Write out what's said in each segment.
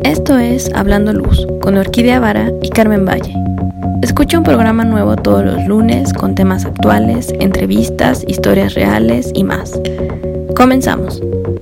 Esto es Hablando Luz, con Orquídea Vara y Carmen Valle. Escucha un programa nuevo todos los lunes con temas actuales, entrevistas, historias reales y más. Comenzamos.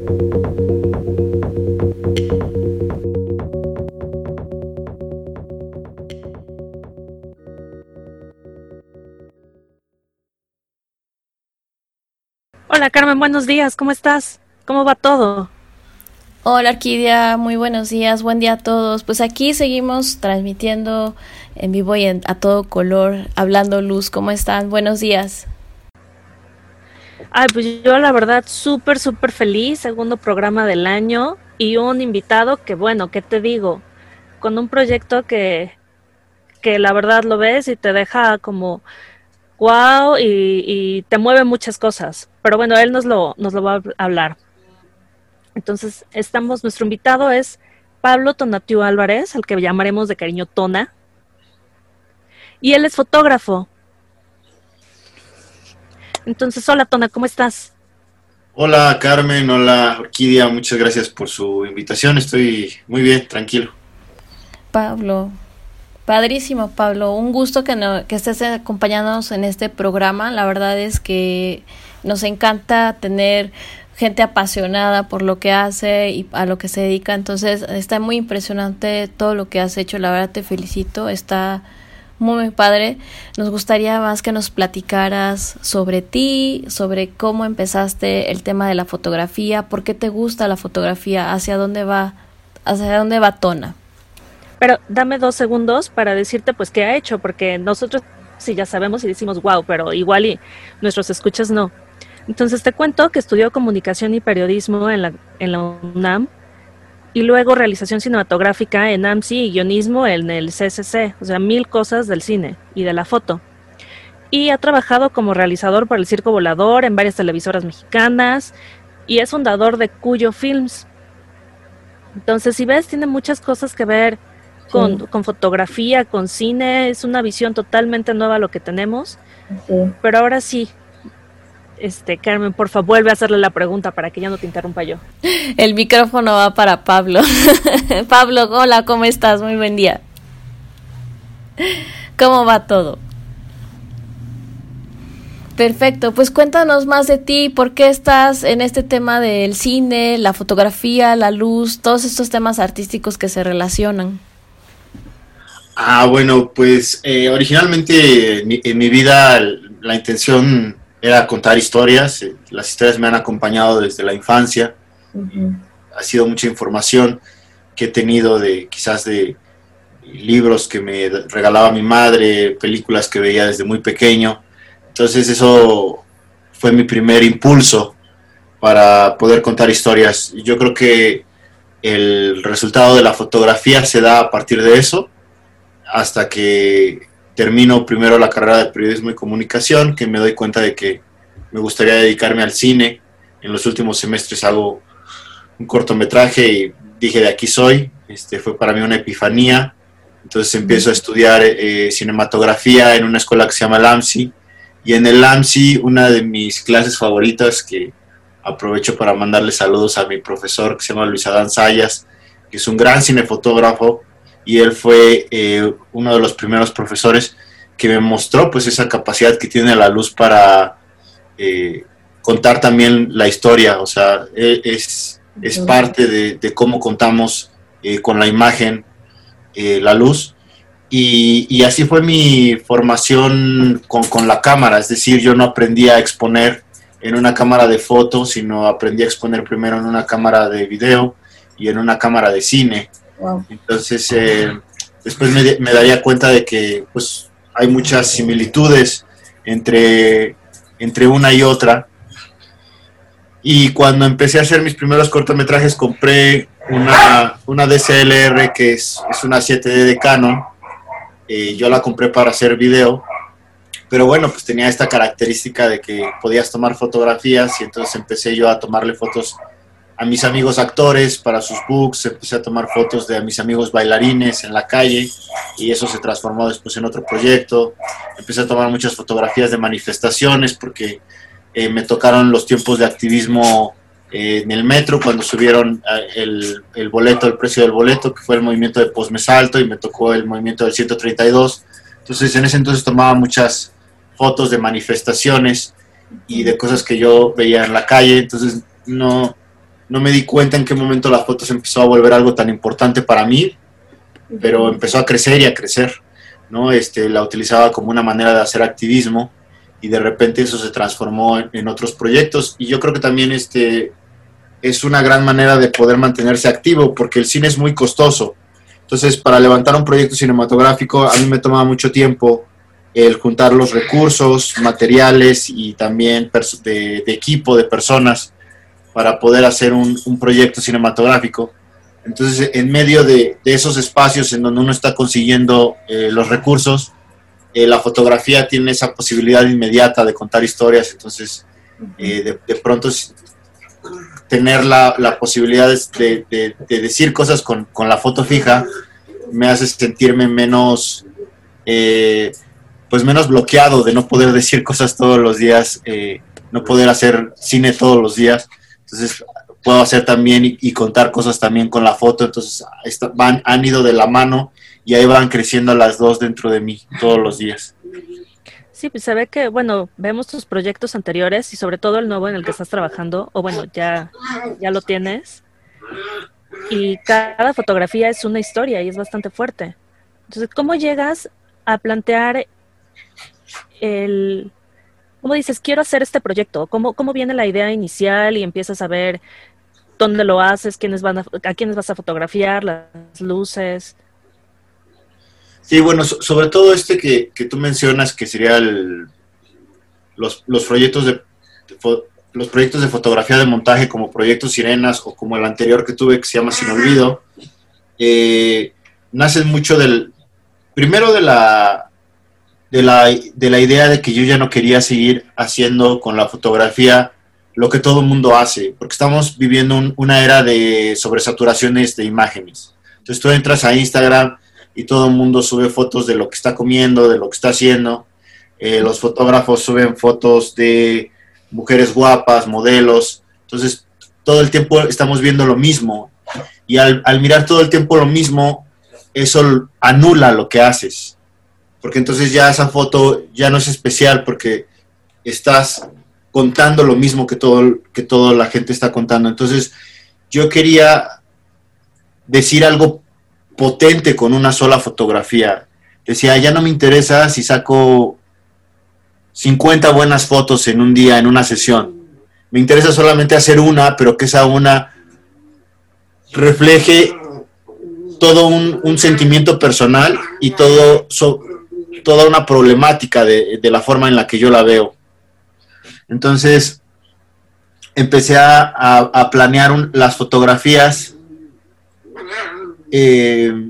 Hola Carmen, buenos días, ¿cómo estás? ¿Cómo va todo? Hola Orquídea, muy buenos días, buen día a todos. Pues aquí seguimos transmitiendo en vivo y a todo color, Hablando Luz. ¿Cómo están? Buenos días. Ay, pues yo la verdad súper feliz, segundo programa del año y un invitado que bueno, ¿qué te digo? Con un proyecto que la verdad lo ves y te deja como wow y te mueve muchas cosas. Pero bueno, él nos lo va a hablar. Entonces, nuestro invitado es Pablo Tonatiuh Álvarez, al que llamaremos de cariño Tona, y él es fotógrafo. Entonces, hola Tona, ¿cómo estás? Hola Carmen, hola Orquídea, muchas gracias por su invitación, estoy muy bien, tranquilo. Pablo, padrísimo Pablo, un gusto que estés acompañándonos en este programa. La verdad es que nos encanta tener gente apasionada por lo que hace y a lo que se dedica, entonces está muy impresionante todo lo que has hecho, la verdad te felicito, está muy padre. Nos gustaría más que nos platicaras sobre ti, sobre cómo empezaste el tema de la fotografía, por qué te gusta la fotografía, hacia dónde va Tona. Pero dame 2 segundos para decirte pues qué ha hecho, porque nosotros sí ya sabemos y decimos wow, pero igual y nuestros escuchas no. Entonces te cuento que estudió comunicación y periodismo en la UNAM y luego realización cinematográfica en AMSI y guionismo en el CCC, o sea, 1000 cosas del cine y de la foto. Y ha trabajado como realizador para el Circo Volador en varias televisoras mexicanas y es fundador de Cuyo Films. Entonces, si ves, tiene muchas cosas que ver con fotografía, con cine, es una visión totalmente nueva lo que tenemos. Sí. Pero ahora sí, Carmen, por favor, vuelve a hacerle la pregunta para que ya no te interrumpa yo. El micrófono va para Pablo. Pablo, hola, ¿cómo estás? Muy buen día. ¿Cómo va todo? Perfecto, pues cuéntanos más de ti, ¿por qué estás en este tema del cine, la fotografía, la luz, todos estos temas artísticos que se relacionan? Bueno, pues originalmente en mi vida la intención era contar historias, las historias me han acompañado desde la infancia, ha sido mucha información que he tenido quizás de libros que me regalaba mi madre, películas que veía desde muy pequeño, entonces eso fue mi primer impulso para poder contar historias. Yo creo que el resultado de la fotografía se da a partir de eso, hasta que termino primero la carrera de periodismo y comunicación, que me doy cuenta de que me gustaría dedicarme al cine. En los últimos semestres hago un cortometraje y dije, de aquí soy. Fue para mí una epifanía. Entonces empiezo a estudiar cinematografía en una escuela que se llama el AMSI. Y en el AMSI, una de mis clases favoritas, que aprovecho para mandarle saludos a mi profesor, que se llama Luis Adán Sayas, que es un gran cinefotógrafo, y él fue uno de los primeros profesores que me mostró pues esa capacidad que tiene la luz para contar también la historia, o sea, es parte de cómo contamos con la imagen la luz, y así fue mi formación con la cámara, es decir, yo no aprendí a exponer en una cámara de fotos, sino aprendí a exponer primero en una cámara de video y en una cámara de cine. Wow. Entonces, después me daría cuenta de que pues, hay muchas similitudes entre una y otra. Y cuando empecé a hacer mis primeros cortometrajes, compré una DSLR que es una 7D de Canon. Yo la compré para hacer video, pero bueno, pues tenía esta característica de que podías tomar fotografías, y entonces empecé yo a tomarle fotos a mis amigos actores para sus books, empecé a tomar fotos de a mis amigos bailarines en la calle, y eso se transformó después en otro proyecto. Empecé a tomar muchas fotografías de manifestaciones porque me tocaron los tiempos de activismo en el metro cuando subieron el boleto, el precio del boleto, que fue el movimiento de Posmesalto, y me tocó el movimiento del 132. Entonces en ese entonces tomaba muchas fotos de manifestaciones y de cosas que yo veía en la calle. Entonces no me di cuenta en qué momento la foto se empezó a volver algo tan importante para mí, pero empezó a crecer y a crecer, ¿no? La utilizaba como una manera de hacer activismo, y de repente eso se transformó en otros proyectos. Y yo creo que también es una gran manera de poder mantenerse activo, porque el cine es muy costoso. Entonces, para levantar un proyecto cinematográfico, a mí me tomaba mucho tiempo el juntar los recursos, materiales y también de equipo, de personas, para poder hacer un proyecto cinematográfico. Entonces, en medio de esos espacios en donde uno está consiguiendo los recursos, la fotografía tiene esa posibilidad inmediata de contar historias. Entonces, de pronto tener la posibilidad de decir cosas con la foto fija me hace sentirme menos menos bloqueado, de no poder decir cosas todos los días, no poder hacer cine todos los días. Entonces puedo hacer también y contar cosas también con la foto. Entonces han ido de la mano, y ahí van creciendo las dos dentro de mí todos los días. Sí, pues se ve que, bueno, vemos tus proyectos anteriores y sobre todo el nuevo en el que estás trabajando, o bueno, ya lo tienes, y cada fotografía es una historia y es bastante fuerte. Entonces, ¿cómo llegas a plantear cómo dices, quiero hacer este proyecto? ¿Cómo viene la idea inicial y empiezas a ver dónde lo haces, a quiénes vas a fotografiar, las luces? Sí, bueno, sobre todo que tú mencionas, que sería los proyectos los proyectos de fotografía de montaje, como Proyecto Sirenas, o como el anterior que tuve, que se llama Sin Olvido, nacen mucho primero de la idea de que yo ya no quería seguir haciendo con la fotografía lo que todo el mundo hace, porque estamos viviendo una era de sobresaturaciones de imágenes. Entonces tú entras a Instagram y todo el mundo sube fotos de lo que está comiendo, de lo que está haciendo. Los fotógrafos suben fotos de mujeres guapas, modelos. Entonces, todo el tiempo estamos viendo lo mismo. Y al mirar todo el tiempo lo mismo, eso anula lo que haces. Porque entonces ya esa foto ya no es especial, porque estás contando lo mismo que toda la gente está contando. Entonces, yo quería decir algo potente con una sola fotografía. Decía, ya no me interesa si saco 50 buenas fotos en un día, en una sesión. Me interesa solamente hacer una, pero que esa una refleje todo un sentimiento personal y toda una problemática de la forma en la que yo la veo. Entonces, empecé a planear las fotografías de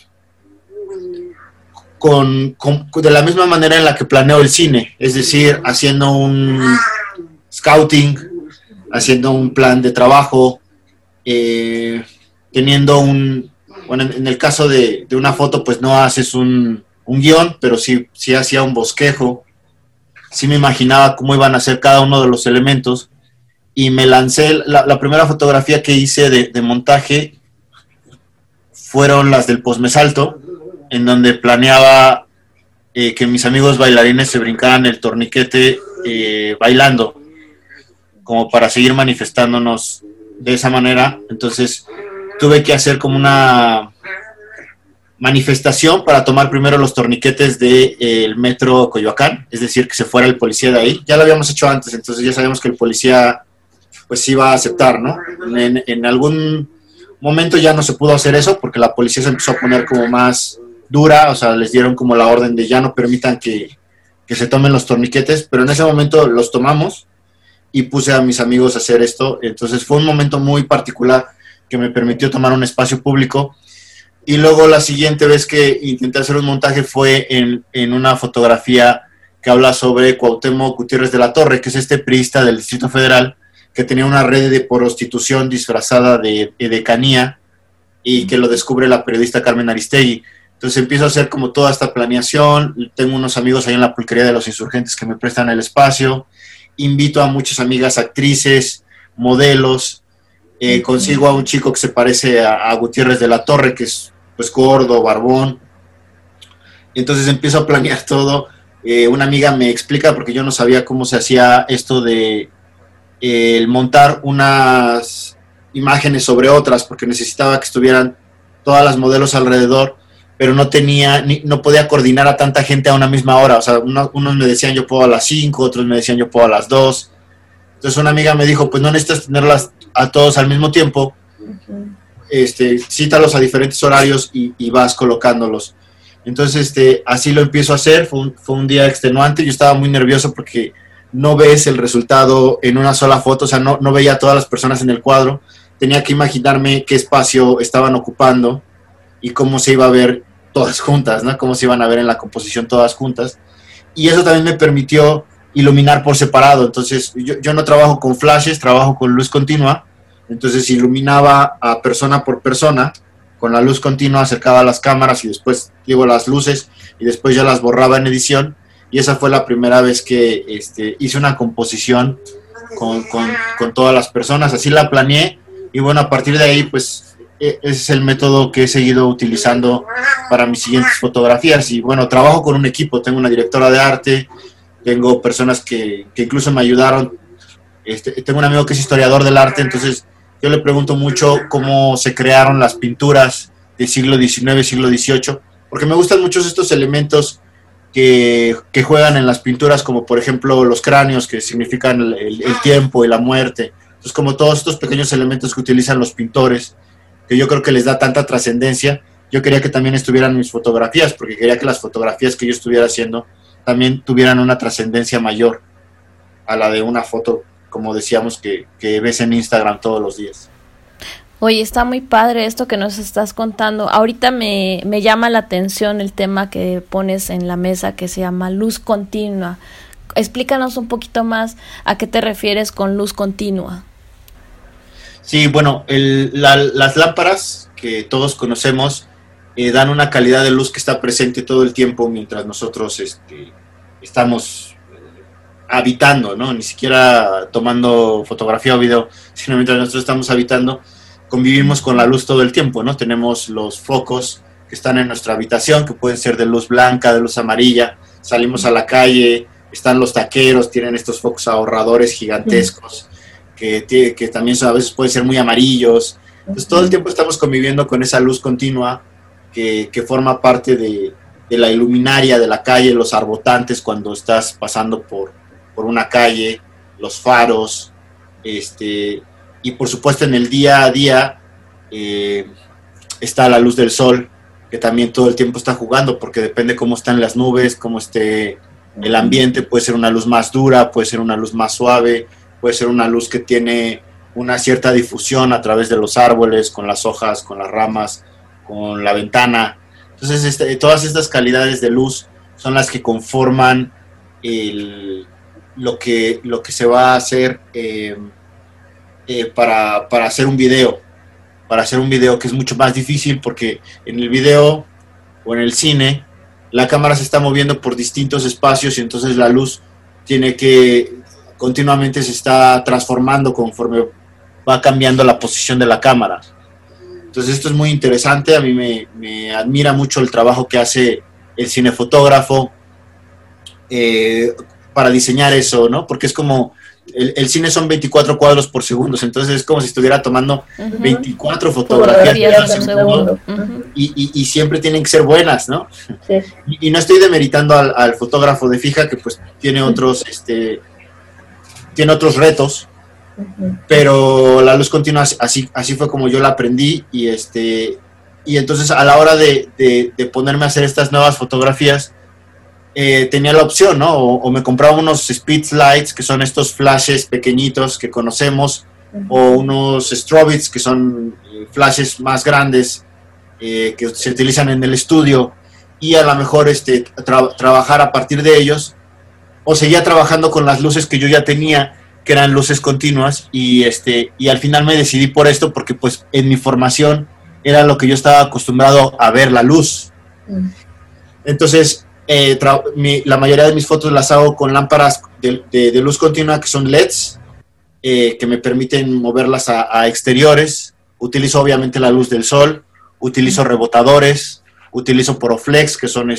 la misma manera en la que planeo el cine, es decir, haciendo un scouting, haciendo un plan de trabajo, teniendo bueno, en el caso de una foto, pues no haces un guión, pero sí hacía un bosquejo, sí me imaginaba cómo iban a ser cada uno de los elementos, y me lancé. La primera fotografía que hice de montaje fueron las del Posmesalto, en donde planeaba que mis amigos bailarines se brincaran el torniquete bailando, como para seguir manifestándonos de esa manera. Entonces tuve que hacer como una manifestación para tomar primero los torniquetes del metro Coyoacán, es decir, que se fuera el policía de ahí. Ya lo habíamos hecho antes, entonces ya sabíamos que el policía pues iba a aceptar, ¿no? En algún momento ya no se pudo hacer eso, porque la policía se empezó a poner como más dura, o sea, les dieron como la orden de ya no permitan que se tomen los torniquetes, pero en ese momento los tomamos y puse a mis amigos a hacer esto. Entonces fue un momento muy particular que me permitió tomar un espacio público. Y luego la siguiente vez que intenté hacer un montaje fue en una fotografía que habla sobre Cuauhtémoc Gutiérrez de la Torre, que es este priista del Distrito Federal, que tenía una red de prostitución disfrazada de decanía, y que lo descubre la periodista Carmen Aristegui. Entonces empiezo a hacer como toda esta planeación. Tengo unos amigos ahí en la Pulquería de los Insurgentes que me prestan el espacio. Invito a muchas amigas actrices, modelos, consigo a un chico que se parece a Gutiérrez de la Torre, que es pues gordo, barbón. Entonces empiezo a planear todo. Una amiga me explica, porque yo no sabía cómo se hacía esto de el montar unas imágenes sobre otras, porque necesitaba que estuvieran todas las modelos alrededor, pero no podía coordinar a tanta gente a una misma hora. O sea, unos me decían yo puedo a las 5, otros me decían yo puedo a las 2. Entonces una amiga me dijo, pues no necesitas tenerlas a todos al mismo tiempo, cítalos a diferentes horarios y vas colocándolos. Entonces así lo empiezo a hacer. Fue un día extenuante, yo estaba muy nervioso porque no ves el resultado en una sola foto, o sea, no veía a todas las personas en el cuadro, tenía que imaginarme qué espacio estaban ocupando y cómo se iba a ver todas juntas, ¿no? Cómo se iban a ver en la composición todas juntas. Y eso también me permitió iluminar por separado. Entonces, yo no trabajo con flashes, trabajo con luz continua. Entonces, iluminaba a persona por persona, con la luz continua, acercaba las cámaras y después llevo las luces y después ya las borraba en edición. Y esa fue la primera vez que hice una composición con todas las personas. Así la planeé y bueno, a partir de ahí, pues, ese es el método que he seguido utilizando para mis siguientes fotografías. Y bueno, trabajo con un equipo, tengo una directora de arte, tengo personas que incluso me ayudaron. Tengo un amigo que es historiador del arte, entonces yo le pregunto mucho cómo se crearon las pinturas del siglo XIX, siglo XVIII, porque me gustan muchos estos elementos que juegan en las pinturas, como por ejemplo los cráneos, que significan el tiempo y la muerte. Entonces, como todos estos pequeños elementos que utilizan los pintores, que yo creo que les da tanta trascendencia, yo quería que también estuvieran mis fotografías, porque quería que las fotografías que yo estuviera haciendo también tuvieran una trascendencia mayor a la de una foto, como decíamos, que ves en Instagram todos los días. Oye, está muy padre esto que nos estás contando. Ahorita me llama la atención el tema que pones en la mesa, que se llama luz continua. Explícanos un poquito más a qué te refieres con luz continua. Sí, bueno, las lámparas que todos conocemos dan una calidad de luz que está presente todo el tiempo mientras nosotros estamos habitando, ¿no? Ni siquiera tomando fotografía o video, sino mientras nosotros estamos habitando, convivimos con la luz todo el tiempo, ¿no? Tenemos los focos que están en nuestra habitación, que pueden ser de luz blanca, de luz amarilla. Salimos a la calle, están los taqueros, tienen estos focos ahorradores gigantescos, que también a veces pueden ser muy amarillos. Entonces todo el tiempo estamos conviviendo con esa luz continua que forma parte de la iluminaria de la calle, los arbotantes cuando estás pasando por una calle, los faros, y por supuesto en el día a día está la luz del sol, que también todo el tiempo está jugando, porque depende cómo están las nubes, cómo esté el ambiente. Puede ser una luz más dura, puede ser una luz más suave, puede ser una luz que tiene una cierta difusión a través de los árboles, con las hojas, con las ramas, con la ventana. Entonces todas estas calidades de luz son las que conforman lo que se va a hacer para hacer un video, que es mucho más difícil, porque en el video o en el cine la cámara se está moviendo por distintos espacios y entonces la luz continuamente se está transformando conforme va cambiando la posición de la cámara. Entonces esto es muy interesante. A mí me admira mucho el trabajo que hace el cinefotógrafo para diseñar eso, ¿no? Porque es como el cine son 24 cuadros por segundo, entonces es como si estuviera tomando 24 fotografías por segundo, y siempre tienen que ser buenas, ¿no? Sí. Y no estoy demeritando al fotógrafo de fija, que pues tiene otros retos, pero la luz continua así fue como yo la aprendí, y entonces a la hora de ponerme a hacer estas nuevas fotografías, tenía la opción, ¿no? O me compraba unos speed lights, que son estos flashes pequeñitos que conocemos, o unos strobits, que son flashes más grandes que se utilizan en el estudio, y a lo mejor trabajar a partir de ellos, o seguía trabajando con las luces que yo ya tenía, que eran luces continuas, y al final me decidí por esto, porque pues en mi formación era lo que yo estaba acostumbrado a ver, la luz. Entonces la mayoría de mis fotos las hago con lámparas de luz continua, que son LEDs, que me permiten moverlas a exteriores. Utilizo obviamente la luz del sol, utilizo rebotadores, utilizo Poroflex, que son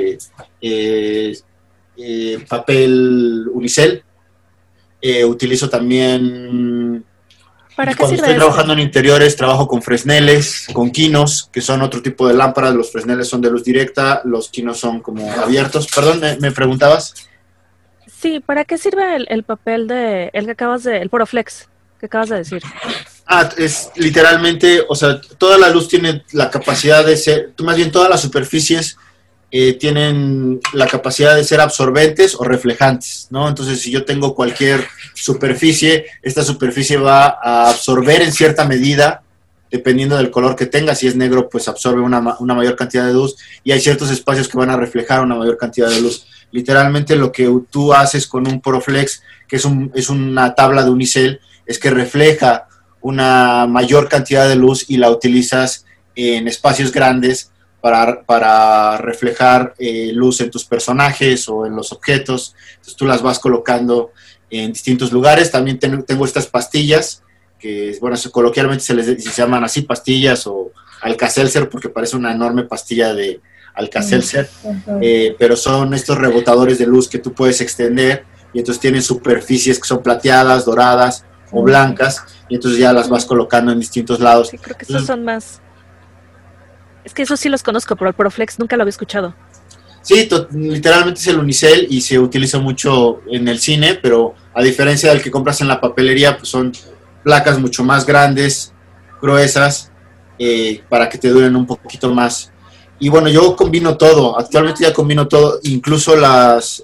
papel unicel. Utilizo también... ¿Para qué Cuando sirve estoy esto? trabajando en interiores, trabajo con fresneles, con quinos, que son otro tipo de lámparas. Los fresneles son de luz directa, los quinos son como abiertos. Perdón, ¿me preguntabas? Sí, ¿para qué sirve el papel el Poroflex que acabas de decir? Es literalmente, o sea, toda la luz tiene la capacidad de ser, más bien todas las superficies tienen la capacidad de ser absorbentes o reflejantes, ¿no? Entonces, si yo tengo cualquier superficie, esta superficie va a absorber en cierta medida, dependiendo del color que tenga. Si es negro, pues absorbe una mayor cantidad de luz, y hay ciertos espacios que van a reflejar una mayor cantidad de luz. Literalmente lo que tú haces con un Poroflex, que es una tabla de unicel, es que refleja una mayor cantidad de luz y la utilizas en espacios grandes para reflejar luz en tus personajes o en los objetos. Entonces tú las vas colocando en distintos lugares. También tengo estas pastillas, que bueno, coloquialmente se llaman así, pastillas o Alka-Seltzer, porque parece una enorme pastilla de Alka-Seltzer, pero son estos rebotadores de luz que tú puedes extender, y entonces tienen superficies que son plateadas, doradas o blancas, y entonces ya las vas colocando en distintos lados. Sí, creo que esos son más... Es que esos sí los conozco, pero el Poroflex nunca lo había escuchado. Sí, literalmente es el unicel y se utiliza mucho en el cine, pero a diferencia del que compras en la papelería, pues son placas mucho más grandes, gruesas, para que te duren un poquito más. Y bueno, yo combino todo, actualmente ya combino todo, incluso las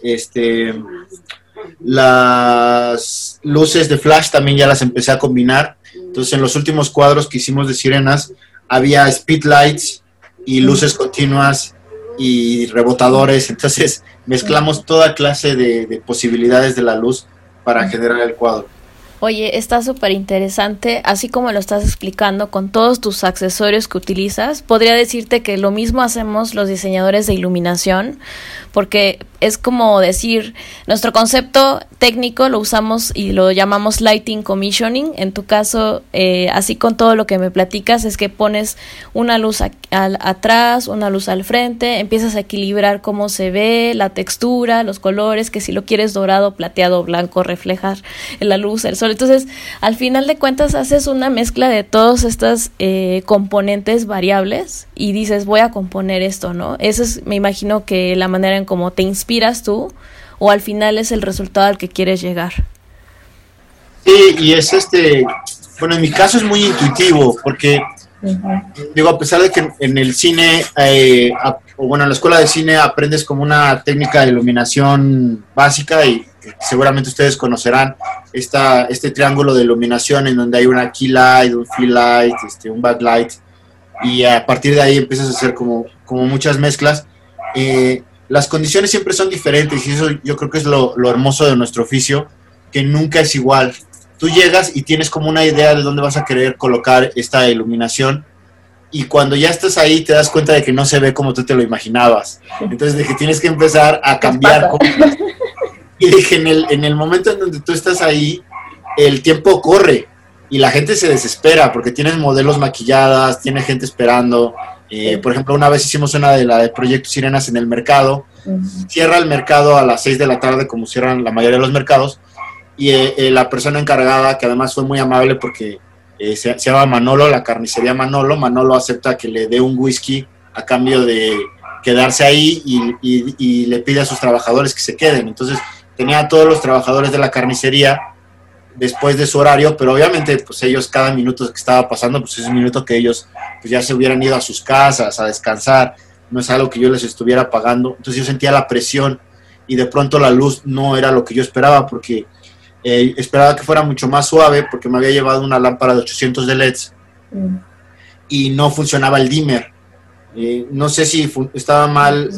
luces de flash también ya las empecé a combinar. Entonces, en los últimos cuadros que hicimos de sirenas, había speedlights y luces continuas y rebotadores. Entonces, mezclamos toda clase de posibilidades de la luz para generar el cuadro. Oye, está súper interesante, así como lo estás explicando con todos tus accesorios que utilizas. Podría decirte que lo mismo hacemos los diseñadores de iluminación, porque es como decir, nuestro concepto técnico lo usamos y lo llamamos lighting commissioning. En tu caso, así con todo lo que me platicas, es que pones una luz atrás, una luz al frente, empiezas a equilibrar cómo se ve, la textura, los colores, que si lo quieres dorado, plateado, blanco, reflejar la luz, el sol. Entonces, al final de cuentas, haces una mezcla de todas estas componentes variables y dices, voy a componer esto, ¿no? Esa es, me imagino, que la manera en cómo te inspiras tú, o al final es el resultado al que quieres llegar. Sí, y es bueno, en mi caso es muy intuitivo, porque digo, a pesar de que en el cine, o bueno, en la escuela de cine aprendes como una técnica de iluminación básica, y seguramente ustedes conocerán este triángulo de iluminación en donde hay una key light, un fill light, un backlight, y a partir de ahí empiezas a hacer como muchas mezclas. Las condiciones siempre son diferentes, y eso yo creo que es lo hermoso de nuestro oficio, que nunca es igual. Tú llegas y tienes como una idea de dónde vas a querer colocar esta iluminación, y cuando ya estás ahí te das cuenta de que no se ve como tú te lo imaginabas. Entonces de que tienes que empezar a cambiar cosas. Y dije, en el momento en donde tú estás ahí, el tiempo corre y la gente se desespera porque tienes modelos maquilladas, tiene gente esperando. Por ejemplo, una vez hicimos una de la de Proyecto Sirenas en el mercado. Cierra el mercado a las 6 de la tarde, como cierran la mayoría de los mercados, y la persona encargada, que además fue muy amable porque se llama Manolo, la carnicería Manolo acepta que le dé un whisky a cambio de quedarse ahí, y le pide a sus trabajadores que se queden. Entonces tenía a todos los trabajadores de la carnicería después de su horario, pero obviamente pues ellos, cada minuto que estaba pasando, pues es un minuto que ellos pues ya se hubieran ido a sus casas a descansar, no es algo que yo les estuviera pagando. Entonces yo sentía la presión, y de pronto la luz no era lo que yo esperaba, porque esperaba que fuera mucho más suave, porque me había llevado una lámpara de 800 de LEDs y no funcionaba el dimmer. No sé si estaba mal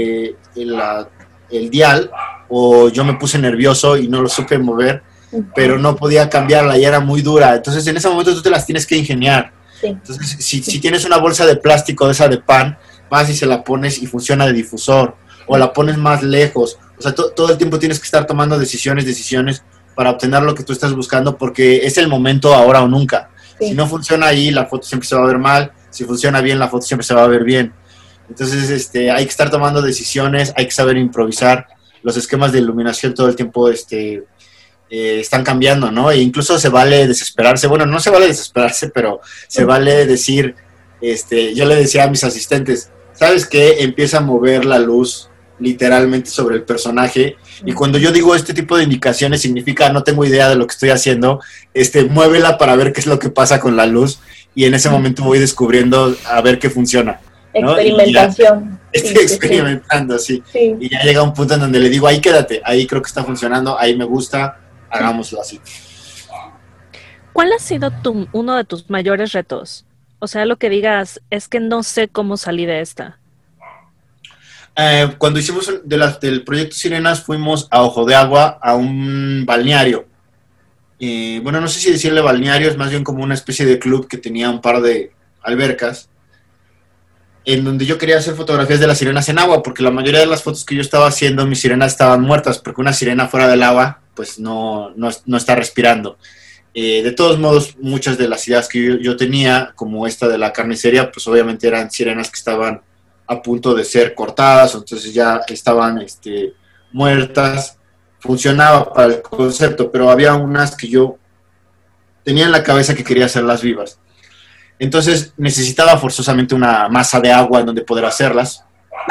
el dial, o yo me puse nervioso y no lo supe mover, pero no podía cambiarla y era muy dura. Entonces en ese momento tú te las tienes que ingeniar. Entonces si tienes una bolsa de plástico de esa de pan, vas y se la pones y funciona de difusor, o la pones más lejos. O sea, todo el tiempo tienes que estar tomando decisiones, para obtener lo que tú estás buscando, porque es el momento ahora o nunca. Sí. Si no funciona ahí, la foto siempre se va a ver mal. Si funciona bien, la foto siempre se va a ver bien. Entonces, hay que estar tomando decisiones, hay que saber improvisar. Los esquemas de iluminación todo el tiempo están cambiando, ¿no? E incluso se vale desesperarse. Bueno, no se vale desesperarse, pero se vale decir, yo le decía a mis asistentes, ¿sabes qué? Empieza a mover la luz literalmente sobre el personaje, y cuando yo digo este tipo de indicaciones significa no tengo idea de lo que estoy haciendo, muévela para ver qué es lo que pasa con la luz, y en ese momento voy descubriendo a ver qué funciona, ¿no? Experimentación. Estoy experimentando, sí. Y ya llega un punto en donde le digo, ahí quédate, ahí creo que está funcionando, ahí me gusta, hagámoslo así. ¿Cuál ha sido uno de tus mayores retos? O sea, lo que digas, es que no sé cómo salir de esta. Cuando hicimos del proyecto Sirenas, fuimos a Ojo de Agua, a un balneario. Bueno, no sé si decirle balneario, es más bien como una especie de club que tenía un par de albercas, en donde yo quería hacer fotografías de las sirenas en agua, porque la mayoría de las fotos que yo estaba haciendo, mis sirenas estaban muertas, porque una sirena fuera del agua, pues no está respirando. De todos modos, muchas de las ideas que yo tenía, como esta de la carnicería, pues obviamente eran sirenas que estaban a punto de ser cortadas, entonces ya estaban muertas. Funcionaba para el concepto, pero había unas que yo tenía en la cabeza que quería hacerlas vivas. Entonces necesitaba forzosamente una masa de agua en donde poder hacerlas,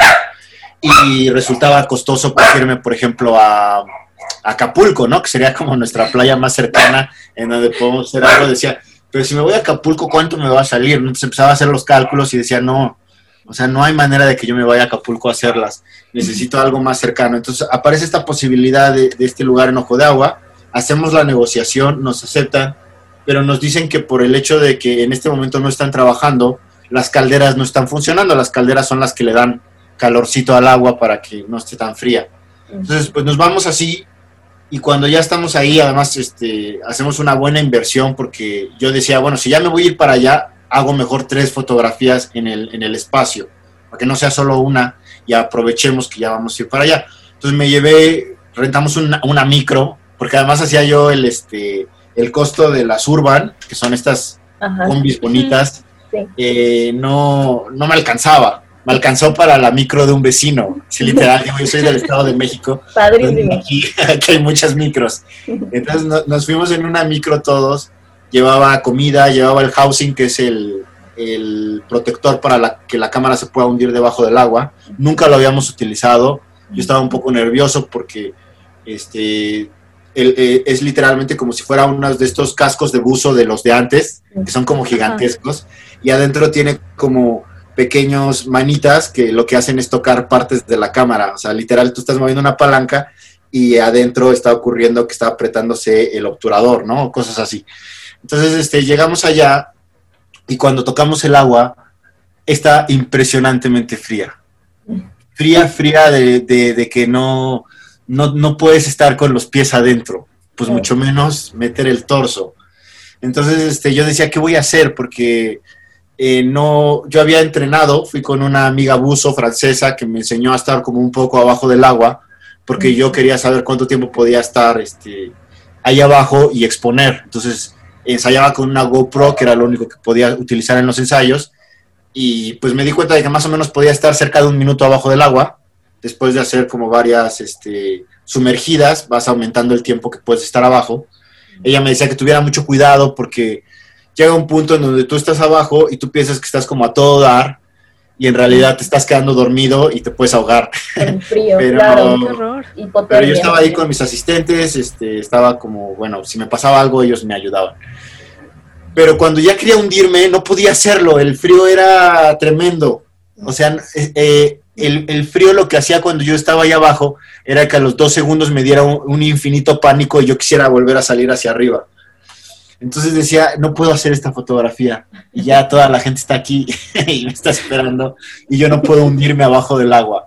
y resultaba costoso para irme, por ejemplo, a Acapulco, ¿no? Que sería como nuestra playa más cercana en donde podemos hacer algo. Decía, pero si me voy a Acapulco, ¿cuánto me va a salir? Entonces empezaba a hacer los cálculos y decía, no, o sea, no hay manera de que yo me vaya a Acapulco a hacerlas. Necesito algo más cercano. Entonces aparece esta posibilidad de este lugar en Ojo de Agua. Hacemos la negociación, nos aceptan, pero nos dicen que por el hecho de que en este momento no están trabajando, las calderas no están funcionando. Las calderas son las que le dan calorcito al agua para que no esté tan fría. Entonces, pues nos vamos así, y cuando ya estamos ahí, además, hacemos una buena inversión, porque yo decía, bueno, si ya me voy a ir para allá, hago mejor 3 fotografías en el espacio, para que no sea solo una, y aprovechemos que ya vamos a ir para allá. Entonces me llevé, rentamos una micro, porque además hacía yo el costo de las Urban, que son estas combis bonitas, no me alcanzaba. Me alcanzó para la micro de un vecino, sí, literal. Yo soy del Estado de México. Padrísimo. Aquí hay muchas micros. Entonces nos fuimos en una micro todos. Llevaba comida, llevaba el housing, que es el protector para que la cámara se pueda hundir debajo del agua. Nunca lo habíamos utilizado. Yo estaba un poco nervioso porque es literalmente como si fuera uno de estos cascos de buzo de los de antes, que son como gigantescos, y adentro tiene como pequeños manitas que lo que hacen es tocar partes de la cámara. O sea, literal, tú estás moviendo una palanca y adentro está ocurriendo que está apretándose el obturador, ¿no? Cosas así. Entonces, llegamos allá, y cuando tocamos el agua, está impresionantemente fría. Fría de que no puedes estar con los pies adentro, pues mucho menos meter el torso. Entonces, yo decía, ¿qué voy a hacer? Porque yo había entrenado, fui con una amiga buzo francesa que me enseñó a estar como un poco abajo del agua, porque yo quería saber cuánto tiempo podía estar ahí abajo y exponer. Entonces ensayaba con una GoPro, que era lo único que podía utilizar en los ensayos, y pues me di cuenta de que más o menos podía estar cerca de 1 minuto abajo del agua. Después de hacer como varias sumergidas, vas aumentando el tiempo que puedes estar abajo. Ella me decía que tuviera mucho cuidado, porque llega un punto en donde tú estás abajo y tú piensas que estás como a todo dar, y en realidad te estás quedando dormido y te puedes ahogar. En frío, pero, claro. Qué horror. Pero yo estaba ahí con mis asistentes, estaba como, bueno, si me pasaba algo, ellos me ayudaban. Pero cuando ya quería hundirme, no podía hacerlo, el frío era tremendo. O sea, el frío lo que hacía cuando yo estaba ahí abajo era que a los 2 segundos me diera un infinito pánico y yo quisiera volver a salir hacia arriba. Entonces decía, no puedo hacer esta fotografía, y ya toda la gente está aquí y me está esperando, y yo no puedo hundirme abajo del agua.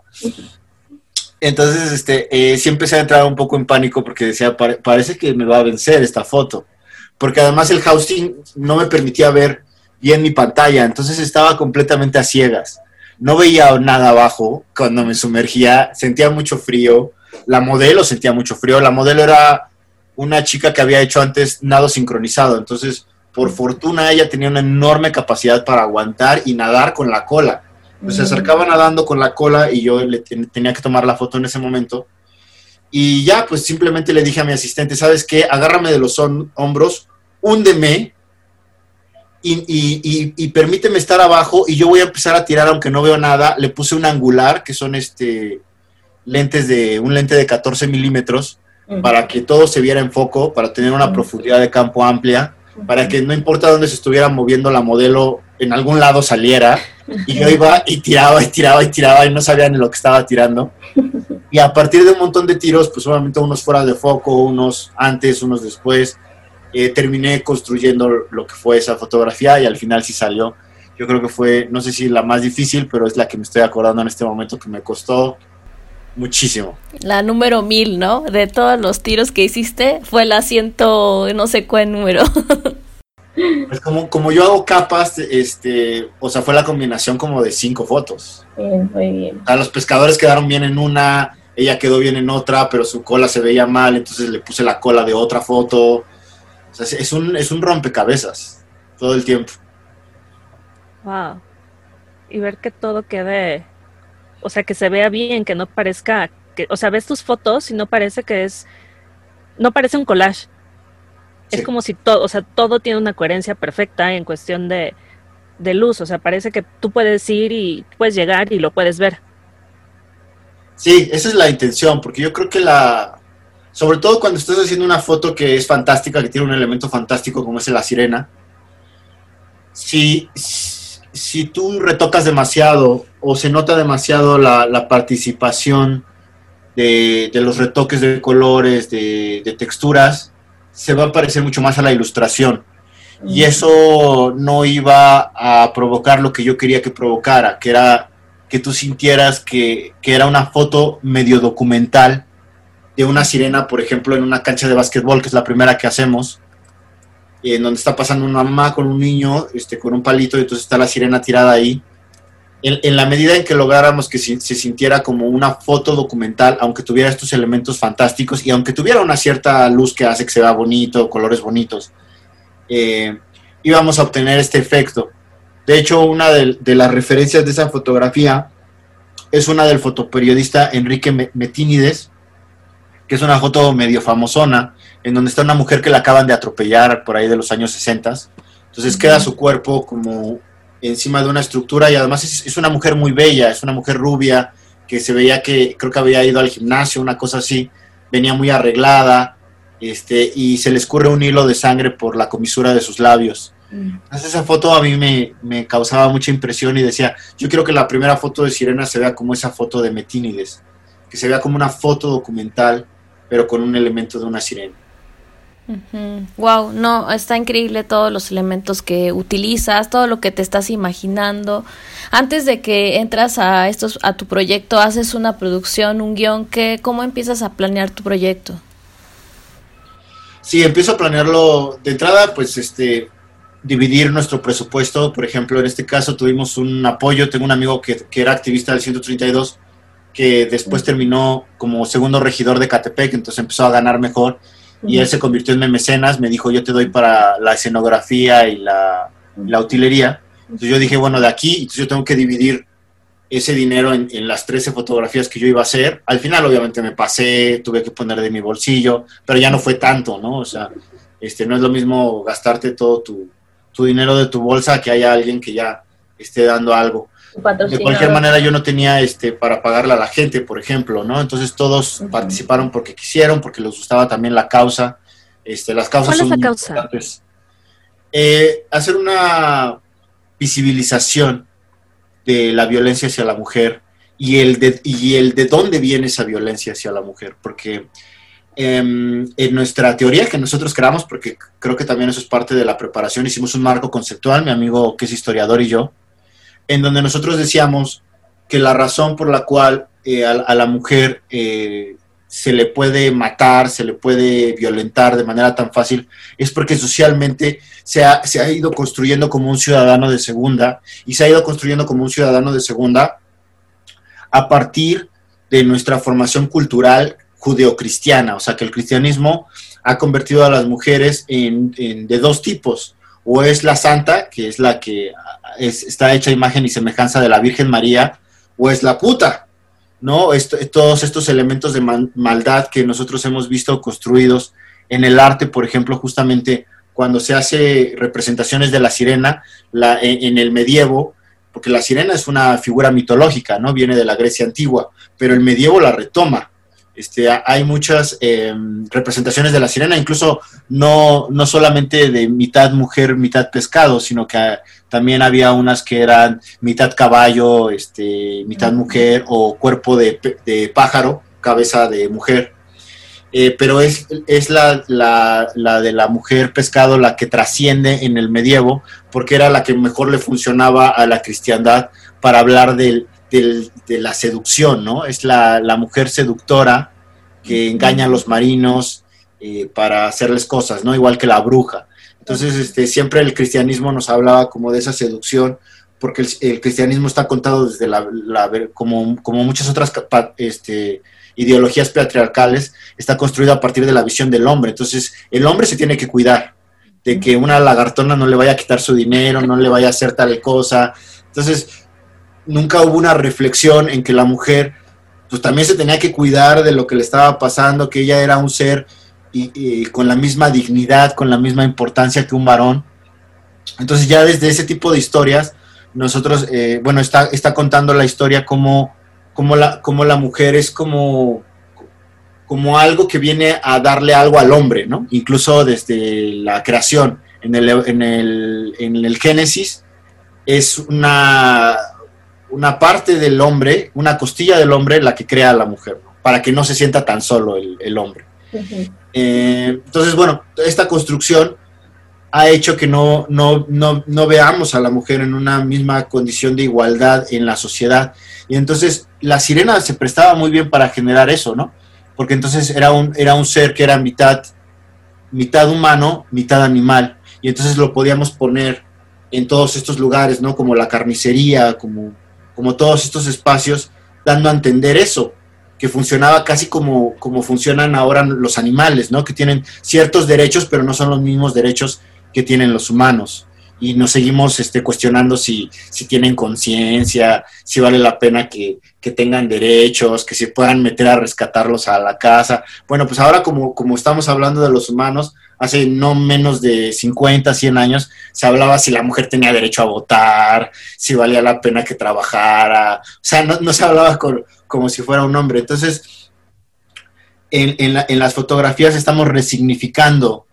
Entonces sí empecé a entrar un poco en pánico, porque decía, parece que me va a vencer esta foto, porque además el housing no me permitía ver bien mi pantalla, entonces estaba completamente a ciegas, no veía nada abajo. Cuando me sumergía sentía mucho frío, la modelo sentía mucho frío, la modelo era una chica que había hecho antes nado sincronizado, entonces por fortuna ella tenía una enorme capacidad para aguantar y nadar con la cola. Pues se acercaba nadando con la cola y yo le tenía que tomar la foto en ese momento. Y ya, pues simplemente le dije a mi asistente, ¿sabes qué? Agárrame de los hombros, húndeme y permíteme estar abajo y yo voy a empezar a tirar aunque no veo nada. Le puse un angular, que son un lente de 14 milímetros, para que todo se viera en foco, para tener una profundidad de campo amplia, para que no importa dónde se estuviera moviendo la modelo, en algún lado saliera, y yo iba y tiraba y tiraba y tiraba y no sabía ni lo que estaba tirando. Y a partir de un montón de tiros, pues obviamente unos fuera de foco, unos antes, unos después, terminé construyendo lo que fue esa fotografía y al final sí salió. Yo creo que fue, no sé si la más difícil, pero es la que me estoy acordando en este momento, que me costó muchísimo. La número 1000, ¿no? De todos los tiros que hiciste, fue la no sé cuál número. Pues como yo hago capas, o sea, fue la combinación como de 5 fotos. Muy bien. O sea, los pescadores quedaron bien en una, ella quedó bien en otra, pero su cola se veía mal, entonces le puse la cola de otra foto. O sea, es un rompecabezas todo el tiempo. Wow. Y ver que todo quede, o sea, que se vea bien, que no parezca, o sea, ves tus fotos y no parece no parece un collage. Sí. Es como si todo tiene una coherencia perfecta en cuestión de luz, o sea, parece que tú puedes ir y puedes llegar y lo puedes ver. Sí, esa es la intención, porque yo creo que sobre todo cuando estás haciendo una foto que es fantástica, que tiene un elemento fantástico como es la sirena, si tú retocas demasiado o se nota demasiado la participación de los retoques de colores, de texturas, se va a parecer mucho más a la ilustración. Y eso no iba a provocar lo que yo quería que provocara, que era que tú sintieras que era una foto medio documental de una sirena, por ejemplo, en una cancha de básquetbol, que es la primera que hacemos, en donde está pasando una mamá con un niño, con un palito, y entonces está la sirena tirada ahí. En la medida en que lográramos que se sintiera como una foto documental, aunque tuviera estos elementos fantásticos y aunque tuviera una cierta luz que hace que se vea bonito, colores bonitos, íbamos a obtener este efecto. De hecho, una de las referencias de esa fotografía es una del fotoperiodista Enrique Metínides, que es una foto medio famosona, en donde está una mujer que la acaban de atropellar por ahí de los años 60. Entonces queda su cuerpo como encima de una estructura y además es una mujer muy bella, es una mujer rubia, que se veía que creo que había ido al gimnasio, una cosa así, venía muy arreglada, y se le escurre un hilo de sangre por la comisura de sus labios. Entonces esa foto a mí me causaba mucha impresión y decía, yo quiero que la primera foto de Sirena se vea como esa foto de Metínides, que se vea como una foto documental, pero con un elemento de una sirena. Wow, no, está increíble todos los elementos que utilizas, todo lo que te estás imaginando. Antes de que entras a tu proyecto, haces una producción, un guión, ¿cómo empiezas a planear tu proyecto? Sí, empiezo a planearlo de entrada, pues dividir nuestro presupuesto. Por ejemplo, en este caso tuvimos un apoyo, tengo un amigo que era activista del 132, que después terminó como segundo regidor de Catepec, entonces empezó a ganar mejor. Y él se convirtió en mecenas, me dijo, yo te doy para la escenografía y la utilería. Entonces yo dije, bueno, de aquí, entonces yo tengo que dividir ese dinero en las 13 fotografías que yo iba a hacer. Al final, obviamente, me pasé, tuve que poner de mi bolsillo, pero ya no fue tanto, ¿no? O sea, no es lo mismo gastarte todo tu dinero de tu bolsa que haya alguien que ya esté dando algo. De cualquier manera, yo no tenía para pagarle a la gente, por ejemplo, ¿no? Entonces todos participaron porque quisieron, porque les gustaba también la causa. Las causas son muy importantes. Hacer una visibilización de la violencia hacia la mujer y el de dónde viene esa violencia hacia la mujer, porque en nuestra teoría que nosotros creamos, porque creo que también eso es parte de la preparación, hicimos un marco conceptual, mi amigo que es historiador y yo, en donde nosotros decíamos que la razón por la cual a la mujer se le puede matar, se le puede violentar de manera tan fácil, es porque socialmente se ha ido construyendo como un ciudadano de segunda, y se ha ido construyendo como un ciudadano de segunda a partir de nuestra formación cultural judeocristiana, o sea que el cristianismo ha convertido a las mujeres de dos tipos. O es la santa, que es la que está hecha imagen y semejanza de la Virgen María, o es la puta, ¿no? Todos estos elementos de maldad que nosotros hemos visto construidos en el arte, por ejemplo, justamente cuando se hace representaciones de la sirena en el medievo, porque la sirena es una figura mitológica, ¿no? Viene de la Grecia antigua, pero el medievo la retoma. Hay muchas representaciones de la sirena, incluso no solamente de mitad mujer, mitad pescado, sino que también había unas que eran mitad caballo, mitad mujer, o cuerpo de pájaro, cabeza de mujer. Pero es la de la mujer pescado la que trasciende en el medievo, porque era la que mejor le funcionaba a la cristiandad para hablar de la seducción, ¿no? Es la mujer seductora que engaña a los marinos para hacerles cosas, ¿no? Igual que la bruja. Entonces, siempre el cristianismo nos hablaba como de esa seducción, porque el cristianismo está contado desde como muchas otras ideologías patriarcales, está construido a partir de la visión del hombre. Entonces, el hombre se tiene que cuidar de que una lagartona no le vaya a quitar su dinero, no le vaya a hacer tal cosa. Entonces, nunca hubo una reflexión en que la mujer pues también se tenía que cuidar de lo que le estaba pasando, que ella era un ser y con la misma dignidad, con la misma importancia que un varón. Entonces ya desde ese tipo de historias, nosotros, está contando la historia como la mujer es como algo que viene a darle algo al hombre, ¿no? Incluso desde la creación, en el Génesis, es una parte del hombre, una costilla del hombre, la que crea a la mujer, ¿no? Para que no se sienta tan solo el hombre. Uh-huh. Entonces, bueno, esta construcción ha hecho que no veamos a la mujer en una misma condición de igualdad en la sociedad. Y entonces la sirena se prestaba muy bien para generar eso, ¿no? Porque entonces era un ser que era mitad humano, mitad animal. Y entonces lo podíamos poner en todos estos lugares, ¿no? Como la carnicería, como todos estos espacios, dando a entender eso, que funcionaba casi como funcionan ahora los animales, ¿no? Que tienen ciertos derechos, pero no son los mismos derechos que tienen los humanos. Y nos seguimos cuestionando si tienen conciencia, si vale la pena que tengan derechos, que se puedan meter a rescatarlos a la casa. Bueno, pues ahora como estamos hablando de los humanos, hace no menos de 50, 100 años, se hablaba si la mujer tenía derecho a votar, si valía la pena que trabajara. O sea, no se hablaba como si fuera un hombre. Entonces, en las fotografías estamos resignificando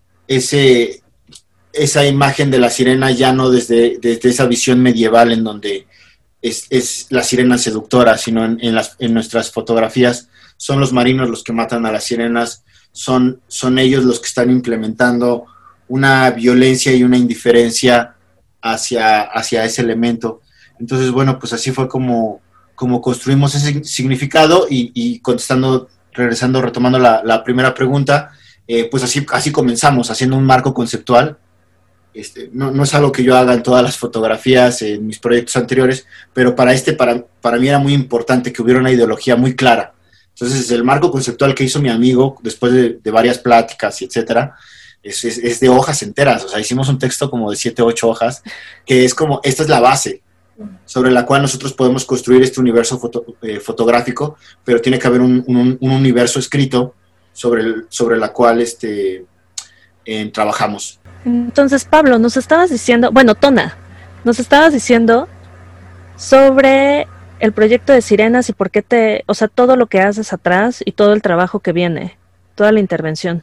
esa imagen de la sirena, ya no desde esa visión medieval en donde es la sirena seductora, sino en nuestras fotografías son los marinos los que matan a las sirenas, son ellos los que están implementando una violencia y una indiferencia hacia ese elemento. Entonces, bueno, pues así fue como construimos ese significado y retomando la primera pregunta, pues así comenzamos, haciendo un marco conceptual. No es algo que yo haga en todas las fotografías, en mis proyectos anteriores, pero para mí era muy importante que hubiera una ideología muy clara. Entonces, el marco conceptual que hizo mi amigo, después de varias pláticas y etcétera, es de hojas enteras. O sea, hicimos un texto como de 7, 8 hojas, que es como, esta es la base sobre la cual nosotros podemos construir este universo fotográfico, pero tiene que haber un universo escrito sobre la cual trabajamos. Entonces, Pablo, nos estabas diciendo, Tona, nos estabas diciendo sobre el proyecto de Sirenas y por qué todo lo que haces atrás y todo el trabajo que viene, toda la intervención.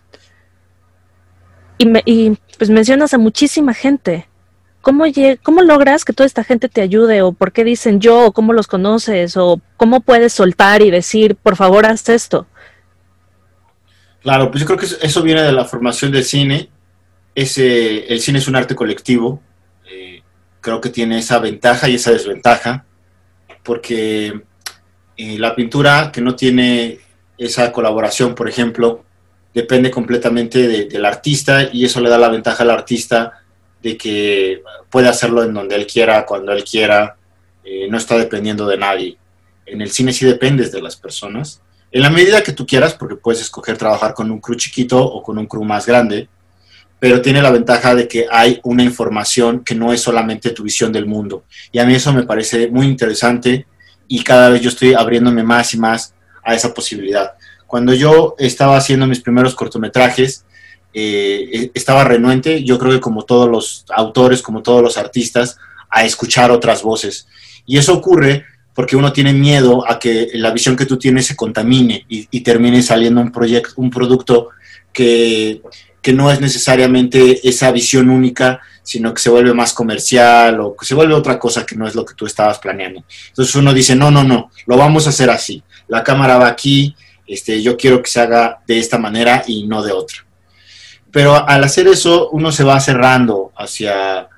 Y pues mencionas a muchísima gente. ¿Cómo logras que toda esta gente te ayude? ¿O por qué dicen yo? ¿O cómo los conoces? ¿O cómo puedes soltar y decir, por favor, haz esto? Claro, pues yo creo que eso viene de la formación del cine. El cine es un arte colectivo. Creo que tiene esa ventaja y esa desventaja, porque la pintura, que no tiene esa colaboración, por ejemplo, depende completamente del artista, y eso le da la ventaja al artista de que puede hacerlo en donde él quiera, cuando él quiera, no está dependiendo de nadie. En el cine sí dependes de las personas, en la medida que tú quieras, porque puedes escoger trabajar con un crew chiquito o con un crew más grande, pero tiene la ventaja de que hay una información que no es solamente tu visión del mundo. Y a mí eso me parece muy interesante y cada vez yo estoy abriéndome más y más a esa posibilidad. Cuando yo estaba haciendo mis primeros cortometrajes, estaba renuente, yo creo que como todos los autores, como todos los artistas, a escuchar otras voces. Y eso ocurre porque uno tiene miedo a que la visión que tú tienes se contamine y termine saliendo un producto que no es necesariamente esa visión única, sino que se vuelve más comercial o que se vuelve otra cosa que no es lo que tú estabas planeando. Entonces uno dice, no, lo vamos a hacer así. La cámara va aquí, yo quiero que se haga de esta manera y no de otra. Pero al hacer eso, uno se va cerrando hacia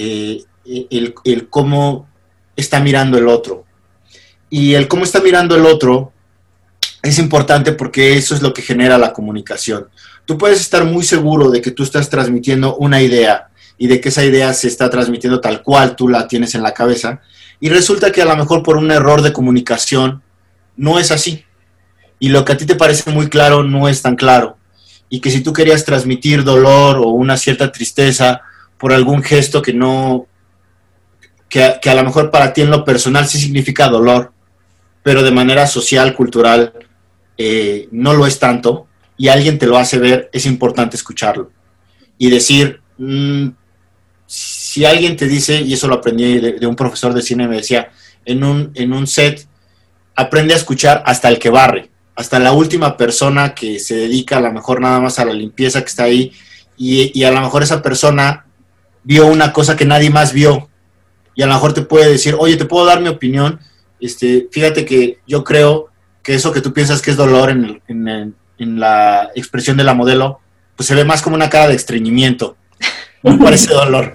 el cómo está mirando el otro. Y el cómo está mirando el otro es importante porque eso es lo que genera la comunicación. Tú puedes estar muy seguro de que tú estás transmitiendo una idea y de que esa idea se está transmitiendo tal cual tú la tienes en la cabeza, y resulta que a lo mejor por un error de comunicación no es así. Y lo que a ti te parece muy claro no es tan claro. Y que si tú querías transmitir dolor o una cierta tristeza por algún gesto que a lo mejor para ti en lo personal sí significa dolor, pero de manera social, cultural, no lo es tanto, y alguien te lo hace ver, es importante escucharlo. Y decir, si alguien te dice, y eso lo aprendí de un profesor de cine, me decía, en un set, aprende a escuchar hasta el que barre, hasta la última persona que se dedica a lo mejor nada más a la limpieza que está ahí, y a lo mejor esa persona vio una cosa que nadie más vio, y a lo mejor te puede decir, oye, ¿te puedo dar mi opinión? Fíjate que yo creo que eso que tú piensas que es dolor en la expresión de la modelo, pues se ve más como una cara de estreñimiento, no parece dolor.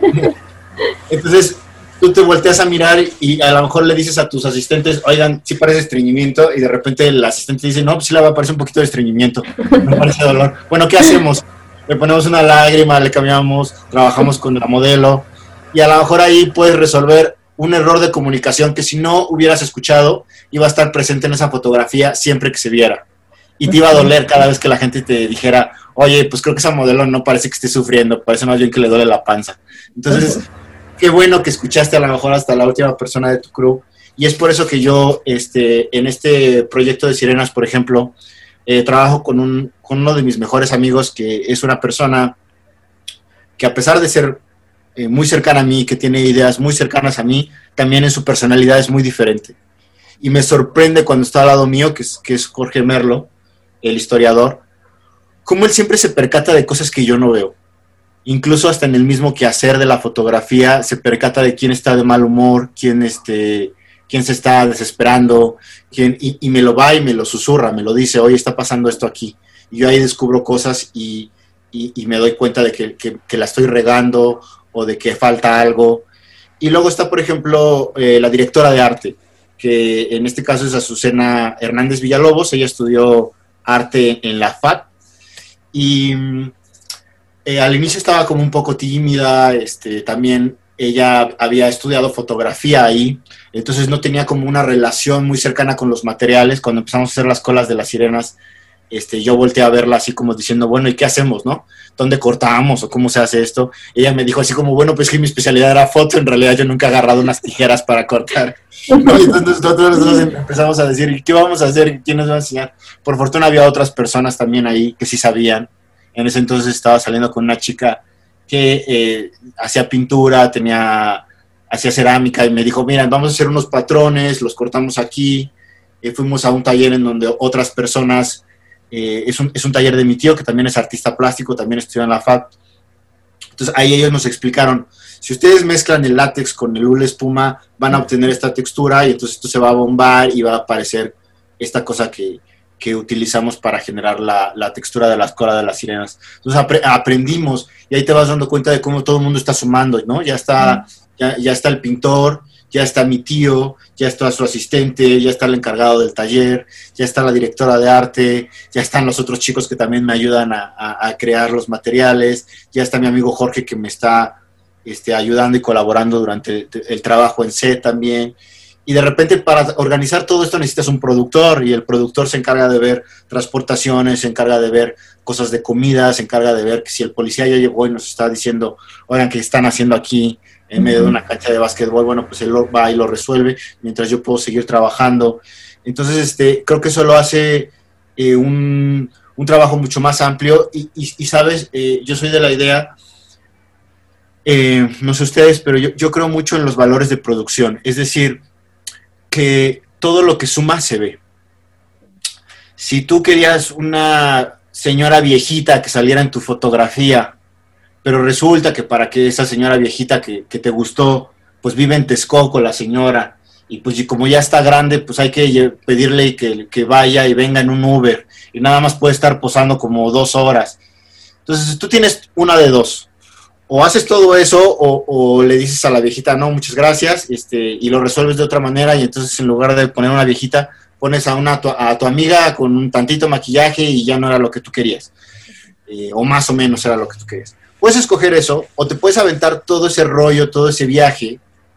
Entonces tú te volteas a mirar y a lo mejor le dices a tus asistentes, oigan, sí parece estreñimiento, y de repente el asistente dice, no, pues sí le va a parecer un poquito de estreñimiento, no parece dolor. Bueno, ¿qué hacemos? Le ponemos una lágrima, le cambiamos, trabajamos con la modelo, y a lo mejor ahí puedes resolver un error de comunicación que si no hubieras escuchado, iba a estar presente en esa fotografía siempre que se viera. Y te iba a doler cada vez que la gente te dijera, oye, pues creo que esa modelo no parece que esté sufriendo, parece más bien que le duele la panza. Entonces, qué bueno que escuchaste a lo mejor hasta la última persona de tu crew. Y es por eso que yo, en este proyecto de Sirenas, por ejemplo, trabajo con uno de mis mejores amigos, que es una persona que, a pesar de ser muy cercana a mí, que tiene ideas muy cercanas a mí, también en su personalidad es muy diferente. Y me sorprende cuando está al lado mío, que es Jorge Merlo, el historiador, cómo él siempre se percata de cosas que yo no veo. Incluso hasta en el mismo quehacer de la fotografía se percata de quién está de mal humor, quién se está desesperando, y me lo va y me lo susurra, me lo dice, oye, está pasando esto aquí. Y yo ahí descubro cosas y me doy cuenta de que la estoy regando o de que falta algo. Y luego está, por ejemplo, la directora de arte, que en este caso es Azucena Hernández Villalobos. Ella estudió arte en la FAC y al inicio estaba como un poco tímida, también ella había estudiado fotografía ahí, entonces no tenía como una relación muy cercana con los materiales. Cuando empezamos a hacer las colas de las sirenas, yo volteé a verla así como diciendo, bueno, ¿y qué hacemos, no? ¿Dónde cortamos o cómo se hace esto? Ella me dijo así como, bueno, pues que mi especialidad era foto, en realidad yo nunca he agarrado unas tijeras para cortar, ¿no? Y entonces nosotros empezamos a decir, ¿qué vamos a hacer? ¿Quién nos va a enseñar? Por fortuna había otras personas también ahí que sí sabían. En ese entonces estaba saliendo con una chica que hacía pintura, hacía cerámica, y me dijo, mira, vamos a hacer unos patrones, los cortamos aquí. Fuimos a un taller en donde otras personas, es un taller de mi tío, que también es artista plástico, también estudió en la FAC. Entonces ahí ellos nos explicaron, si ustedes mezclan el látex con el hule espuma, van a obtener esta textura, y entonces esto se va a bombar y va a aparecer esta cosa que utilizamos para generar la textura de las colas de las sirenas. Entonces aprendimos, y ahí te vas dando cuenta de cómo todo el mundo está sumando, ¿no? Ya está el pintor, ya está mi tío, ya está su asistente, ya está el encargado del taller, ya está la directora de arte, ya están los otros chicos que también me ayudan a crear los materiales, ya está mi amigo Jorge, que me está ayudando y colaborando durante el trabajo en set también. y de repente para organizar todo esto necesitas un productor, y el productor se encarga de ver transportaciones, se encarga de ver cosas de comida, se encarga de ver que si el policía ya llegó y nos está diciendo, oigan, ¿qué están haciendo aquí en medio de una cancha de básquetbol? Bueno, pues él va y lo resuelve, mientras yo puedo seguir trabajando. Entonces, creo que eso lo hace un trabajo mucho más amplio, y sabes, yo soy de la idea, no sé ustedes, pero yo creo mucho en los valores de producción, es decir, que todo lo que suma se ve. Si tú querías una señora viejita que saliera en tu fotografía, pero resulta que para que esa señora viejita que te gustó, pues vive en Texcoco la señora, y pues como ya está grande, pues hay que pedirle que vaya y venga en un Uber, y nada más puede estar posando como 2 horas. Entonces tú tienes una de dos: o haces todo eso, o le dices a la viejita, no, muchas gracias, y lo resuelves de otra manera, y entonces en lugar de poner una viejita, pones a tu amiga con un tantito maquillaje, y ya no era lo que tú querías, o más o menos era lo que tú querías. Puedes escoger eso, o te puedes aventar todo ese rollo, todo ese viaje,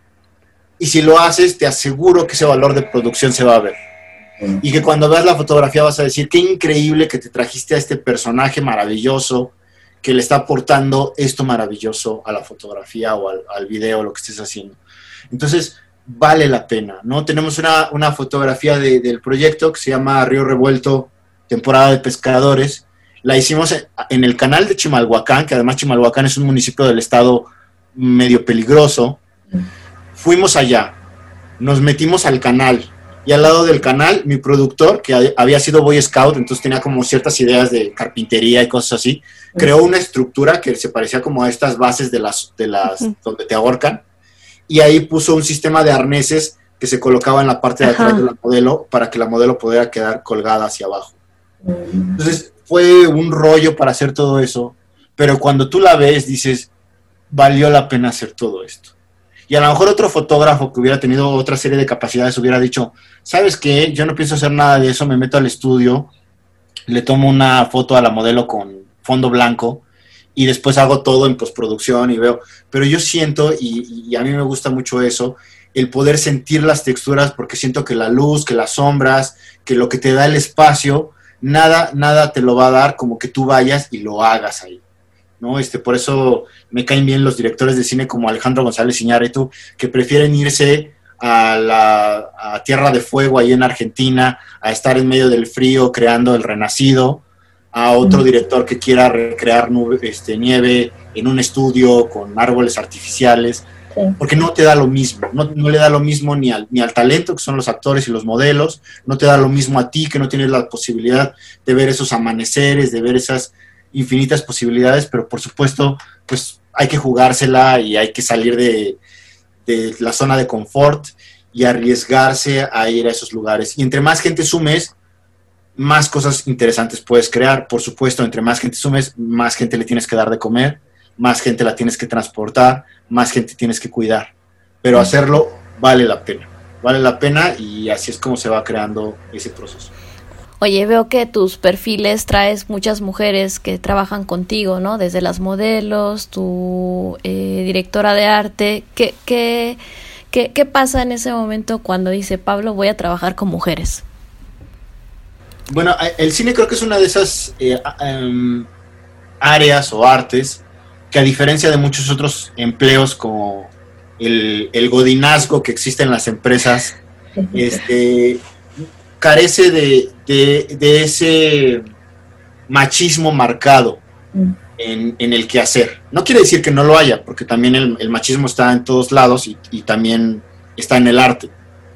y si lo haces, te aseguro que ese valor de producción se va a ver. Y que cuando veas la fotografía vas a decir, qué increíble que te trajiste a este personaje maravilloso, que le está aportando esto maravilloso a la fotografía o al video, lo que estés haciendo. Entonces, vale la pena, ¿no? Tenemos una fotografía del proyecto que se llama Río Revuelto, temporada de pescadores. La hicimos en el canal de Chimalhuacán, que además Chimalhuacán es un municipio del estado medio peligroso. Fuimos allá, nos metimos al canal, y al lado del canal, mi productor, que había sido Boy Scout, entonces tenía como ciertas ideas de carpintería y cosas así, creó una estructura que se parecía como a estas bases de las donde te ahorcan, y ahí puso un sistema de arneses que se colocaba en la parte de atrás de la modelo para que la modelo pudiera quedar colgada hacia abajo. Entonces fue un rollo para hacer todo eso, pero cuando tú la ves dices, valió la pena hacer todo esto. Y a lo mejor otro fotógrafo que hubiera tenido otra serie de capacidades hubiera dicho, ¿sabes qué? Yo no pienso hacer nada de eso, me meto al estudio, le tomo una foto a la modelo con fondo blanco y después hago todo en postproducción y veo. Pero yo siento, y a mí me gusta mucho eso, el poder sentir las texturas, porque siento que la luz, que las sombras, que lo que te da el espacio, nada te lo va a dar como que tú vayas y lo hagas ahí, ¿no? Por eso me caen bien los directores de cine como Alejandro González Iñárritu, que prefieren irse a Tierra de Fuego ahí en Argentina, a estar en medio del frío creando El Renacido, a otro director que quiera recrear nieve en un estudio con árboles artificiales, porque no te da lo mismo, no le da lo mismo ni al talento, que son los actores y los modelos, no te da lo mismo a ti, que no tienes la posibilidad de ver esos amaneceres, de ver esas infinitas posibilidades, pero por supuesto, pues hay que jugársela y hay que salir de la zona de confort y arriesgarse a ir a esos lugares. Y entre más gente sumes, más cosas interesantes puedes crear. Por supuesto, entre más gente sumes, más gente le tienes que dar de comer, más gente la tienes que transportar, más gente tienes que cuidar. Pero hacerlo vale la pena, y así es como se va creando ese proceso. Oye, veo que tus perfiles traes muchas mujeres que trabajan contigo, ¿no? Desde las modelos, tu directora de arte. ¿Qué pasa en ese momento cuando dice, Pablo, voy a trabajar con mujeres? Bueno, el cine creo que es una de esas áreas o artes que, a diferencia de muchos otros empleos como el godinazgo que existe en las empresas, carece de ese machismo marcado en el quehacer. No quiere decir que no lo haya, porque también el machismo está en todos lados y también está en el arte.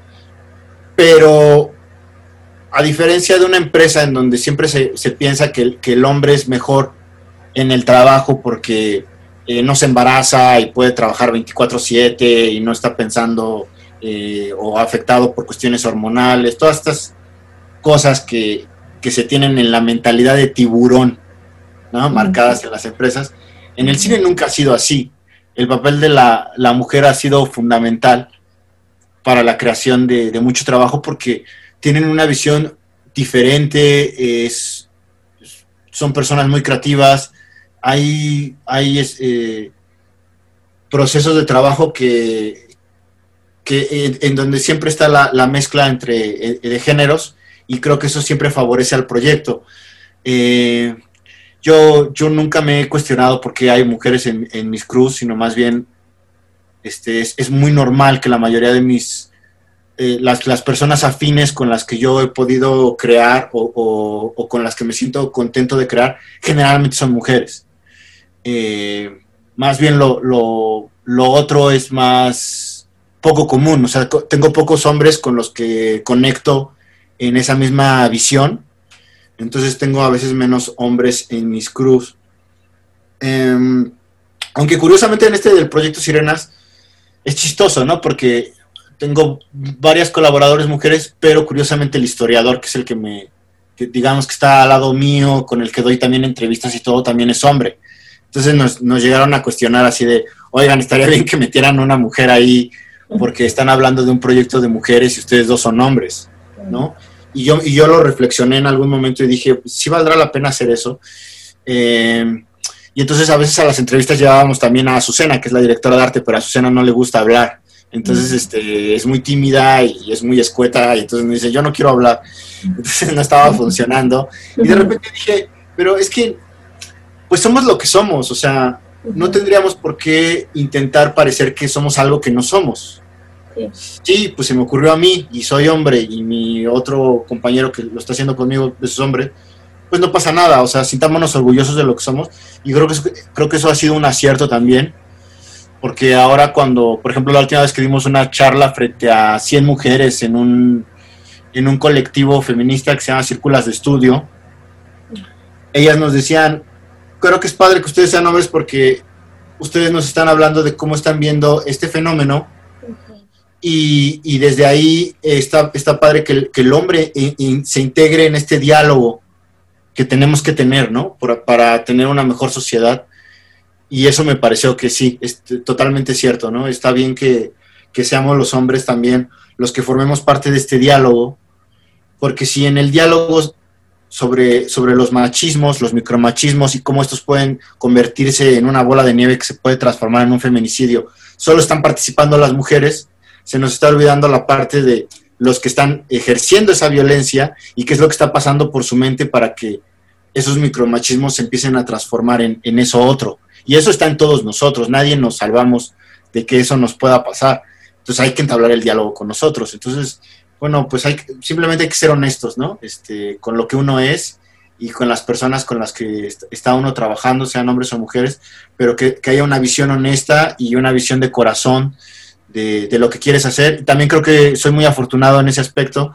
Pero a diferencia de una empresa en donde siempre se piensa que el hombre es mejor en el trabajo porque no se embaraza y puede trabajar 24/7 y no está pensando o afectado por cuestiones hormonales, todas estas cosas que se tienen en la mentalidad de tiburón, ¿no? Marcadas en las empresas. En el cine nunca ha sido así. El papel de la mujer ha sido fundamental para la creación de mucho trabajo, porque tienen una visión diferente, son personas muy creativas, hay procesos de trabajo que en donde siempre está la mezcla de géneros, y creo que eso siempre favorece al proyecto. Yo nunca me he cuestionado por qué hay mujeres en mis crews, sino más bien es muy normal que la mayoría de las personas afines con las que yo he podido crear o con las que me siento contento de crear, generalmente son mujeres. Más bien lo otro es más poco común, o sea, tengo pocos hombres con los que conecto en esa misma visión, entonces tengo a veces menos hombres en mis crews. Aunque curiosamente en del proyecto Sirenas es chistoso, ¿no? Porque tengo varias colaboradores mujeres, pero curiosamente el historiador, que es el que digamos que está al lado mío, con el que doy también entrevistas y todo, también es hombre. Entonces nos llegaron a cuestionar así de, oigan, estaría bien que metieran una mujer ahí, porque están hablando de un proyecto de mujeres y ustedes dos son hombres, ¿no? Y yo lo reflexioné en algún momento y dije, sí valdrá la pena hacer eso. Y entonces a veces a las entrevistas llevábamos también a Azucena, que es la directora de arte, pero a Azucena no le gusta hablar. Entonces es muy tímida y es muy escueta, y entonces me dice, yo no quiero hablar. Entonces no estaba funcionando. Y de repente dije, pero es que pues somos lo que somos, o sea, no tendríamos por qué intentar parecer que somos algo que no somos. Sí, pues se me ocurrió a mí, y soy hombre, y mi otro compañero que lo está haciendo conmigo es hombre, pues no pasa nada, o sea, sintámonos orgullosos de lo que somos, y creo que eso ha sido un acierto también, porque ahora cuando, por ejemplo, la última vez que dimos una charla frente a 100 mujeres en un colectivo feminista que se llama Círculas de Estudio, ellas nos decían, creo que es padre que ustedes sean hombres porque ustedes nos están hablando de cómo están viendo este fenómeno, y desde ahí está padre que el hombre se integre en este diálogo que tenemos que tener, ¿no? Para tener una mejor sociedad. Y eso me pareció que sí, es totalmente cierto, ¿no? Está bien que seamos los hombres también los que formemos parte de este diálogo, porque si en el diálogo sobre los machismos, los micromachismos y cómo estos pueden convertirse en una bola de nieve que se puede transformar en un feminicidio, solo están participando las mujeres, se nos está olvidando la parte de los que están ejerciendo esa violencia y qué es lo que está pasando por su mente para que esos micromachismos se empiecen a transformar en eso otro. Y eso está en todos nosotros, nadie nos salvamos de que eso nos pueda pasar. Entonces hay que entablar el diálogo con nosotros. Entonces, bueno, pues simplemente hay que ser honestos, ¿no? Con lo que uno es y con las personas con las que está uno trabajando, sean hombres o mujeres, pero que haya una visión honesta y una visión de corazón de lo que quieres hacer. También creo que soy muy afortunado en ese aspecto.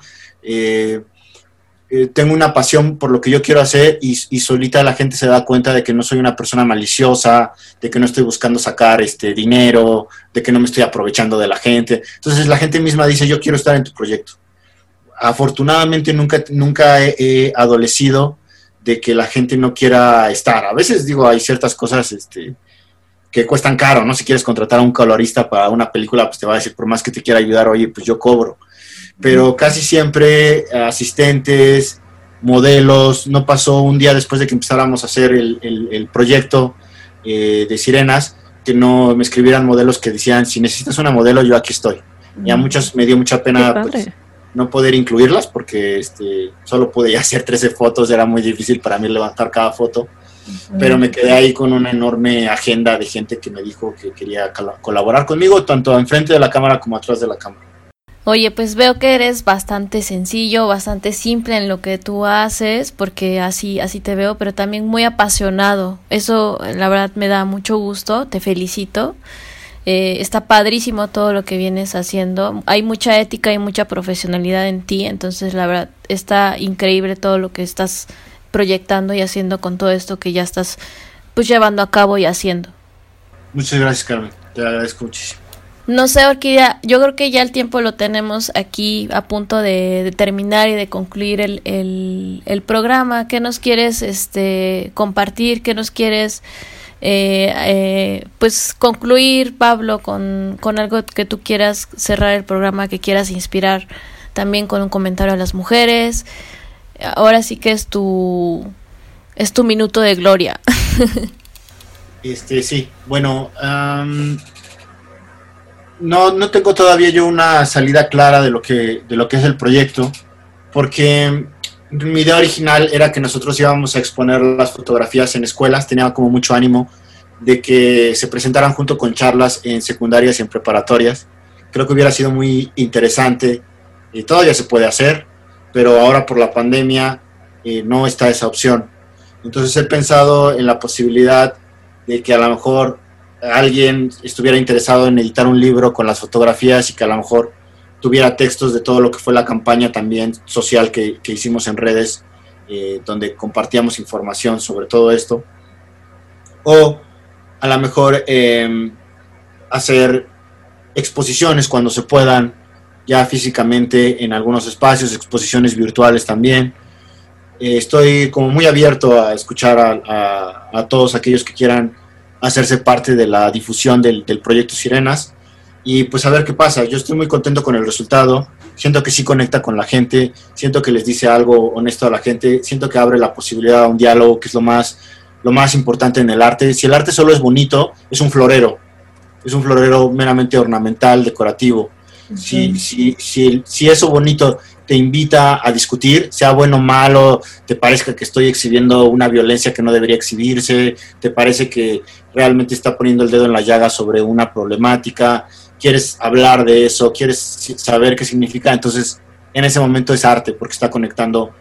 Tengo una pasión por lo que yo quiero hacer y solita la gente se da cuenta de que no soy una persona maliciosa, de que no estoy buscando sacar dinero, de que no me estoy aprovechando de la gente. Entonces la gente misma dice, yo quiero estar en tu proyecto. Afortunadamente nunca he adolecido de que la gente no quiera estar. A veces digo, hay ciertas cosas que cuestan caro, ¿no? Si quieres contratar a un colorista para una película, pues te va a decir, por más que te quiera ayudar, oye, pues yo cobro. Pero casi siempre asistentes, modelos, no pasó un día después de que empezáramos a hacer el proyecto de Sirenas, que no me escribieran modelos que decían, si necesitas una modelo, yo aquí estoy. Y a muchas me dio mucha pena pues, no poder incluirlas, porque solo pude hacer 13 fotos, era muy difícil para mí levantar cada foto. Pero me quedé ahí con una enorme agenda de gente que me dijo que quería colaborar conmigo, tanto enfrente de la cámara como atrás de la cámara. Oye, pues veo que eres bastante sencillo, bastante simple en lo que tú haces, porque así te veo, pero también muy apasionado. Eso, la verdad, me da mucho gusto, te felicito. Está padrísimo todo lo que vienes haciendo. Hay mucha ética y mucha profesionalidad en ti, entonces la verdad está increíble todo lo que estás proyectando y haciendo con todo esto que ya estás pues llevando a cabo y haciendo. Muchas gracias, Carmen, te agradezco muchísimo. No sé, Orquídea, yo creo que ya el tiempo lo tenemos aquí a punto de terminar y de concluir el programa. ¿Qué nos quieres compartir? ¿Qué nos quieres pues concluir, Pablo, con algo que tú quieras cerrar el programa, que quieras inspirar también con un comentario a las mujeres? Ahora sí que es tu minuto de gloria. Sí, bueno, no tengo todavía yo una salida clara de lo que es el proyecto, porque mi idea original era que nosotros íbamos a exponer las fotografías en escuelas. Tenía como mucho ánimo de que se presentaran junto con charlas en secundarias y en preparatorias. Creo que hubiera sido muy interesante, y todavía se puede hacer, pero ahora por la pandemia no está esa opción. Entonces he pensado en la posibilidad de que a lo mejor alguien estuviera interesado en editar un libro con las fotografías y que a lo mejor tuviera textos de todo lo que fue la campaña también social que hicimos en redes, donde compartíamos información sobre todo esto. O a lo mejor hacer exposiciones cuando se puedan, ya físicamente en algunos espacios, exposiciones virtuales también. Estoy como muy abierto a escuchar a todos aquellos que quieran hacerse parte de la difusión del proyecto Sirenas, y pues a ver qué pasa. Yo estoy muy contento con el resultado, siento que sí conecta con la gente, siento que les dice algo honesto a la gente, siento que abre la posibilidad a un diálogo, que es lo más importante en el arte. Si el arte solo es bonito, es un florero meramente ornamental, decorativo. Uh-huh. Si eso bonito te invita a discutir, sea bueno o malo, te parezca que estoy exhibiendo una violencia que no debería exhibirse, te parece que realmente está poniendo el dedo en la llaga sobre una problemática, quieres hablar de eso, quieres saber qué significa, entonces en ese momento es arte, porque está conectando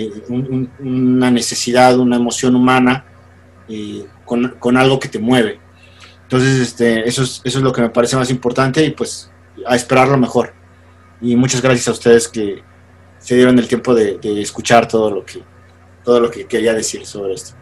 una necesidad, una emoción humana con algo que te mueve. Entonces eso es lo que me parece más importante, y pues a esperar lo mejor. Y muchas gracias a ustedes que se dieron el tiempo de escuchar todo lo que quería decir sobre esto.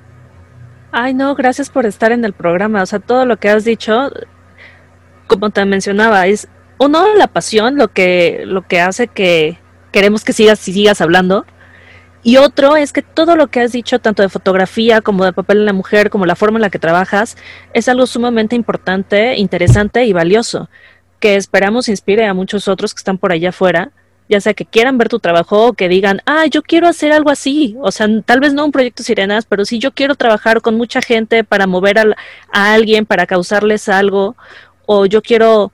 Ay, no, gracias por estar en el programa. O sea, todo lo que has dicho, como te mencionaba, es uno, la pasión, lo que hace que queremos que sigas hablando. Y otro es que todo lo que has dicho, tanto de fotografía como de papel en la mujer, como la forma en la que trabajas, es algo sumamente importante, interesante y valioso, que esperamos inspire a muchos otros que están por allá afuera, ya sea que quieran ver tu trabajo o que digan, yo quiero hacer algo así. O sea, tal vez no un proyecto Sirenas, pero sí yo quiero trabajar con mucha gente para mover a alguien, para causarles algo, o yo quiero,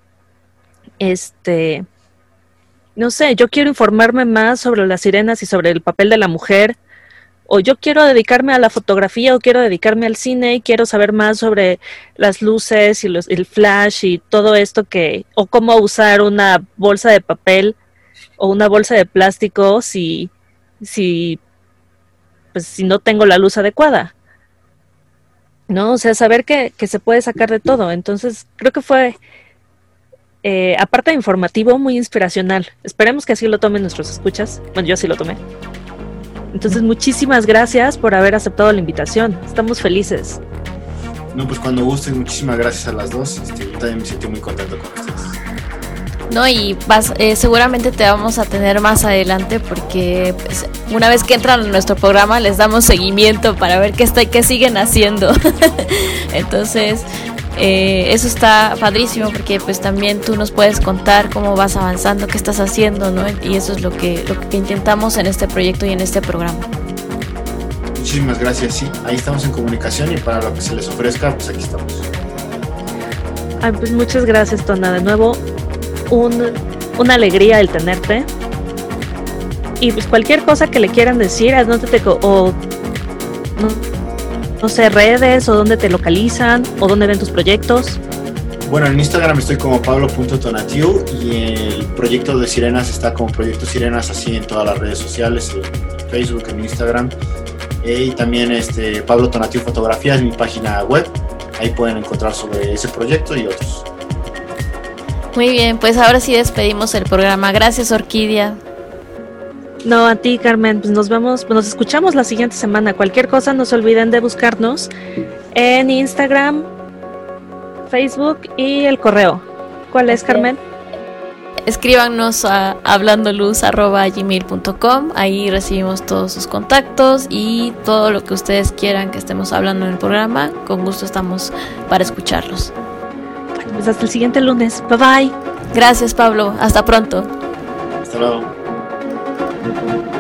no sé, yo quiero informarme más sobre las sirenas y sobre el papel de la mujer, o yo quiero dedicarme a la fotografía o quiero dedicarme al cine y quiero saber más sobre las luces y el flash y todo esto o cómo usar una bolsa de papel o una bolsa de plástico si no tengo la luz adecuada, ¿no? O sea, saber que se puede sacar de todo. Entonces, creo que fue, aparte de informativo, muy inspiracional. Esperemos que así lo tomen nuestros escuchas. Bueno, yo así lo tomé. Entonces, muchísimas gracias por haber aceptado la invitación. Estamos felices. No, pues cuando gusten, muchísimas gracias a las dos. Yo también me sentí muy contento con ustedes. No, y seguramente te vamos a tener más adelante, porque pues, una vez que entran en nuestro programa les damos seguimiento para ver qué siguen haciendo. Entonces eso está padrísimo, porque pues también tú nos puedes contar cómo vas avanzando, qué estás haciendo, ¿no? Y eso es lo que intentamos en este proyecto y en este programa. Muchísimas gracias, sí, ahí estamos en comunicación, y para lo que se les ofrezca, pues aquí estamos. Pues muchas gracias, Tona, de nuevo. Una alegría el tenerte, y pues cualquier cosa que le quieran decir, no sé, redes, o dónde te localizan, o dónde ven tus proyectos. Bueno, en Instagram estoy como pablo.tonatiu, y el proyecto de Sirenas está como Proyecto Sirenas, así en todas las redes sociales, en Facebook, en Instagram, y también Pablo Tonatiu Fotografía es mi página web. Ahí pueden encontrar sobre ese proyecto y otros. Muy bien, pues ahora sí despedimos el programa. Gracias, Orquídea. No, a ti, Carmen. Pues nos escuchamos la siguiente semana. Cualquier cosa, no se olviden de buscarnos en Instagram, Facebook y el correo. ¿Cuál es, Carmen? Escríbanos a hablandoluz@gmail.com. Ahí recibimos todos sus contactos y todo lo que ustedes quieran que estemos hablando en el programa. Con gusto estamos para escucharlos. Pues hasta el siguiente lunes. Bye bye. Gracias, Pablo. Hasta pronto. Hasta luego.